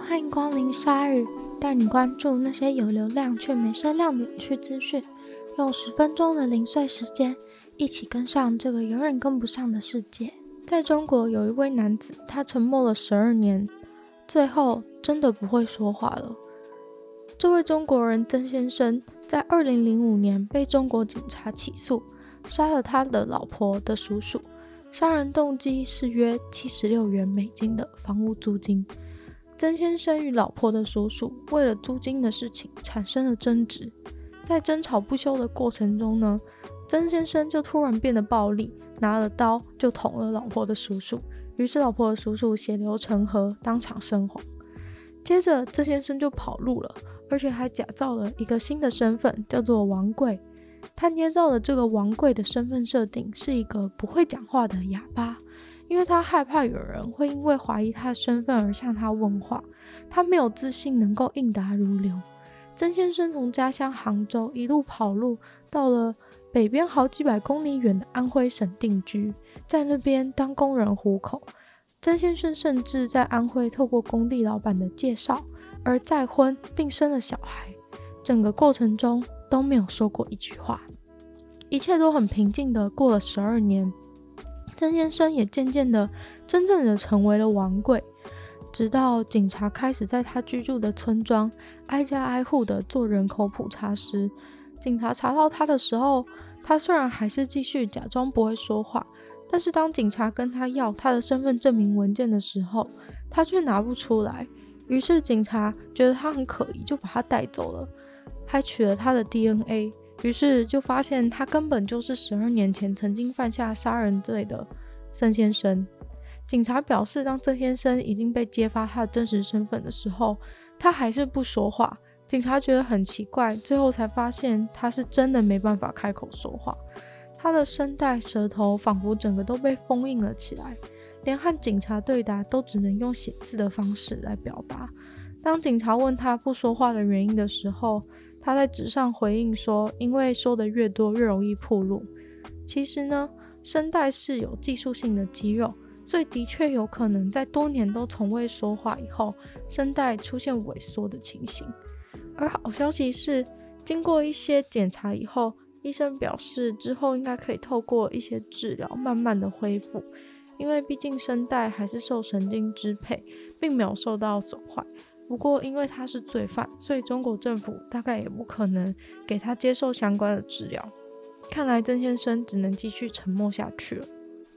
欢迎光临鲨鱼，带你关注那些有流量却没声量的有趣资讯，用10分钟的零碎时间，一起跟上这个永远跟不上的世界。在中国有一位男子，他沉默了12年，最后真的不会说话了。这位中国人曾先生在2005年被中国警察起诉，杀了他的老婆的叔叔，杀人动机是约76元美金的房屋租金。曾先生与老婆的叔叔为了租金的事情产生了争执，在争吵不休的过程中呢，曾先生就突然变得暴力，拿了刀就捅了老婆的叔叔，于是老婆的叔叔血流成河，当场身亡。接着曾先生就跑路了，而且还假造了一个新的身份，叫做王贵。他捏造了这个王贵的身份设定是一个不会讲话的哑巴，因为他害怕有人会因为怀疑他的身份而向他问话，他没有自信能够应答如流。曾先生从家乡杭州一路跑路，到了北边好几百公里远的安徽省定居，在那边当工人糊口。曾先生甚至在安徽透过工地老板的介绍而再婚并生了小孩，整个过程中都没有说过一句话。一切都很平静的过了12年，曾先生也渐渐的真正的成为了王贵，直到警察开始在他居住的村庄挨家挨户的做人口普查时，警察查到他的时候，他虽然还是继续假装不会说话，但是当警察跟他要他的身份证明文件的时候，他却拿不出来。于是警察觉得他很可疑，就把他带走了，还取了他的 DNA。 于是就发现他根本就是12年前曾经犯下杀人罪的曾先生。警察表示，当曾先生已经被揭发他的真实身份的时候，他还是不说话。警察觉得很奇怪，最后才发现他是真的没办法开口说话，他的声带、舌头仿佛整个都被封印了起来，连和警察对答都只能用写字的方式来表达。当警察问他不说话的原因的时候，他在纸上回应说，因为说的越多越容易暴露。其实呢，声带是有技术性的肌肉，所以的确有可能在多年都从未说话以后，声带出现萎缩的情形。而好消息是，经过一些检查以后，医生表示之后应该可以透过一些治疗慢慢的恢复，因为毕竟声带还是受神经支配，并没有受到损坏。不过因为他是罪犯，所以中国政府大概也不可能给他接受相关的治疗。看来曾先生只能继续沉默下去了。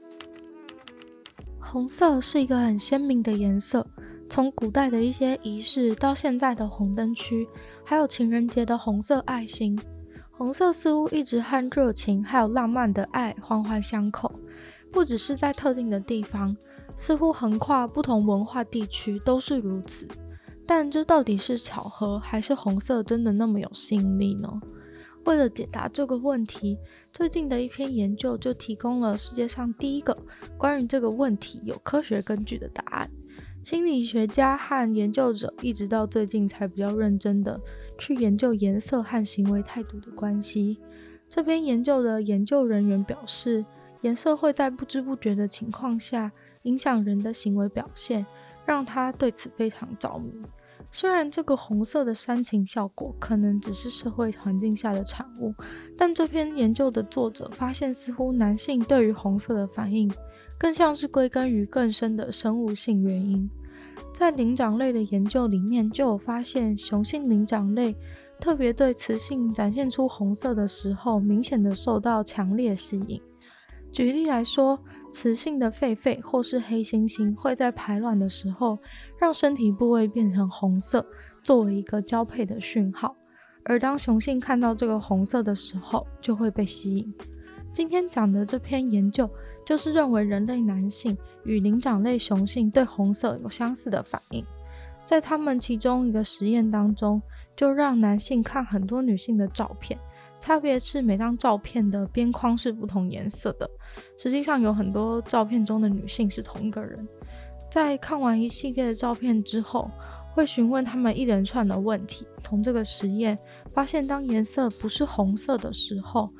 红色是一个很鲜明的颜色，从古代的一些仪式到现在的红灯区，还有情人节的红色爱心，红色似乎一直和热情还有浪漫的爱环环相扣。不只是在特定的地方，似乎横跨不同文化地区都是如此。但这到底是巧合，还是红色真的那么有吸引力呢？为了解答这个问题，最近的一篇研究就提供了世界上第一个关于这个问题有科学根据的答案。心理学家和研究者一直到最近才比较认真的去研究颜色和行为态度的关系。这篇研究的研究人员表示，颜色会在不知不觉的情况下影响人的行为表现，让他对此非常着迷。虽然这个红色的煽情效果可能只是社会环境下的产物，但这篇研究的作者发现，似乎男性对于红色的反应更像是归根于更深的生物性原因。在灵长类的研究里面，就有发现雄性灵长类特别对雌性展现出红色的时候，明显的受到强烈吸引。举例来说，雌性的狒狒或是黑猩猩会在排卵的时候让身体部位变成红色，作为一个交配的讯号，而当雄性看到这个红色的时候就会被吸引。今天讲的这篇研究就是认为人类男性与灵长类雄性对红色有相似的反应。在他们其中一个实验当中，就让男性看很多女性的照片，差别是每张照片的边框是不同颜色的，实际上有很多照片中的女性是同一个人。在看完一系列的照片之后，会询问他们一连串的问题。从这个实验发现，当颜色不是红色的时候，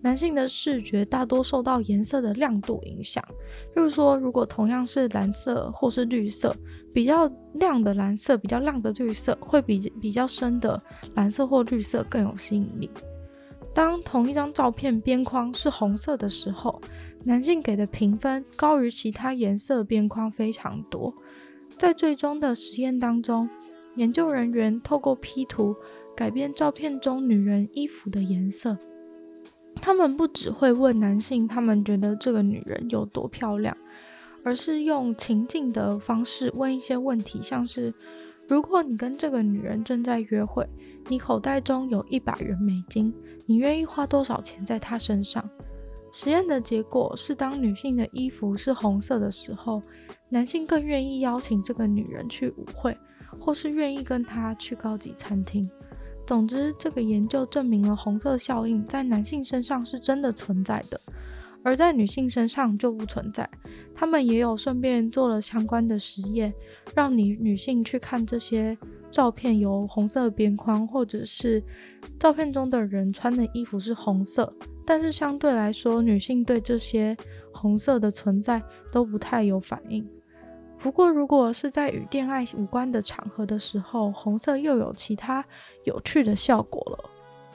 男性的视觉大多受到颜色的亮度影响，例如说如果同样是蓝色或是绿色，比较亮的蓝色比较亮的绿色会比较深的蓝色或绿色更有吸引力。当同一张照片边框是红色的时候，男性给的评分高于其他颜色边框非常多。在最终的实验当中，研究人员透过 P 图改变照片中女人衣服的颜色。他们不只会问男性他们觉得这个女人有多漂亮，而是用情境的方式问一些问题，像是如果你跟这个女人正在约会，你口袋中有100元美金，你愿意花多少钱在她身上？实验的结果是，当女性的衣服是红色的时候，男性更愿意邀请这个女人去舞会，或是愿意跟她去高级餐厅。总之，这个研究证明了红色效应在男性身上是真的存在的，而在女性身上就不存在。他们也有顺便做了相关的实验，让女性去看这些照片有红色边框，或者是照片中的人穿的衣服是红色，但是相对来说，女性对这些红色的存在都不太有反应。不过如果是在与恋爱无关的场合的时候，红色又有其他有趣的效果了。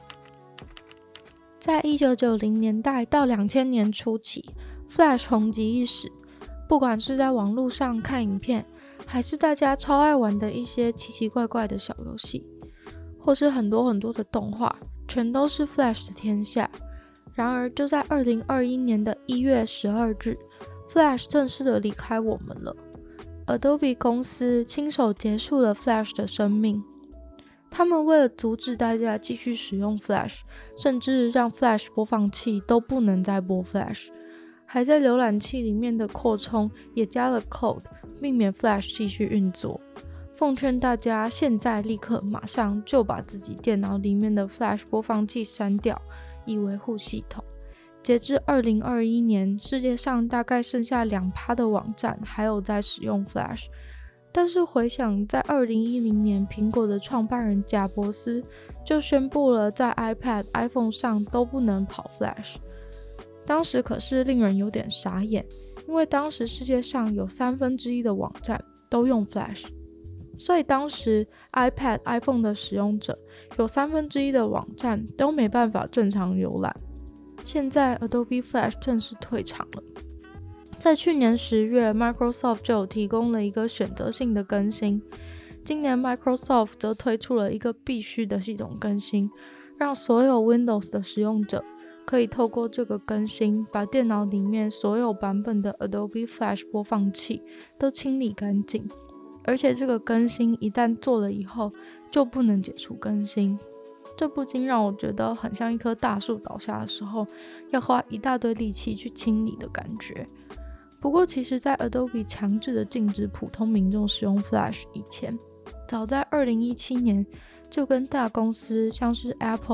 在1990年代到2000年初期， Flash 红极一时，不管是在网络上看影片，还是大家超爱玩的一些奇奇怪怪的小游戏，或是很多的动画，全都是 Flash 的天下。然而就在2021年的1月12日 Flash 正式的离开我们了。Adobe 公司亲手结束了 Flash 的生命。他们为了阻止大家继续使用 Flash， 甚至让 Flash 播放器都不能再播 Flash， 还在浏览器里面的扩充也加了 code， 避免 Flash 继续运作。奉劝大家现在立刻马上就把自己电脑里面的 Flash 播放器删掉，以维护系统。截至2021年，世界上大概剩下 2% 的网站还有在使用 Flash。 但是回想在2010年，苹果的创办人贾伯斯就宣布了在 iPad、iPhone 上都不能跑 Flash。 当时可是令人有点傻眼，因为当时世界上有1/3的网站都用 Flash， 所以当时 iPad、iPhone 的使用者有1/3的网站都没办法正常浏览。现在 Adobe Flash 正式退场了。在去年10月 Microsoft 就有提供了一个选择性的更新，今年 Microsoft 则推出了一个必须的系统更新，让所有 Windows 的使用者可以透过这个更新把电脑里面所有版本的 Adobe Flash 播放器都清理干净。而且这个更新一旦做了以后就不能解除更新，这不禁让我觉得很像一棵大树倒下的时候要花一大堆力气去清理的感觉。不过其实在 Adobe 强制的禁止普通民众使用 Flash 以前，早在2017年就跟大公司像是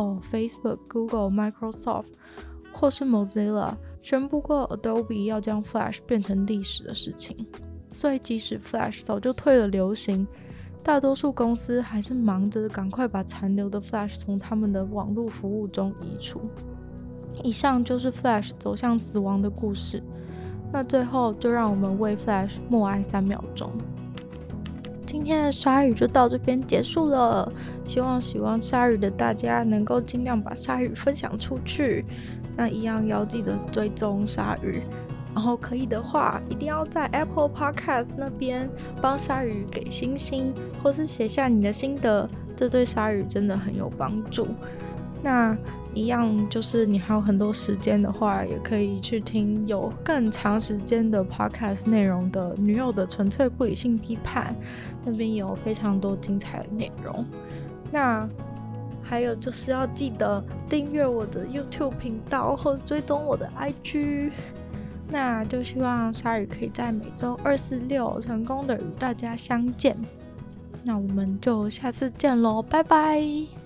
Apple、Facebook、Google、Microsoft 或是 Mozilla 宣布过 Adobe 要将 Flash 变成历史的事情。所以即使 Flash 早就退了流行，大多数公司还是忙着赶快把残留的 Flash 从他们的网络服务中移除。以上就是 Flash 走向死亡的故事。那最后就让我们为 Flash 默哀3秒钟。今天的鲨鱼就到这边结束了，希望喜欢鲨鱼的大家能够尽量把鲨鱼分享出去。那一样要记得追踪鲨鱼，然后可以的话一定要在 Apple Podcast 那边帮鲨鱼给星星，或是写下你的心得，这对鲨鱼真的很有帮助。那一样就是你还有很多时间的话，也可以去听有更长时间的 podcast 内容的女友的纯粹不理性批判，那边有非常多精彩的内容。那还有就是要记得订阅我的 YouTube 频道或追踪我的 IG。那就希望鲨鱼可以在每周2、4、6成功的与大家相见。那我们就下次见咯，拜拜。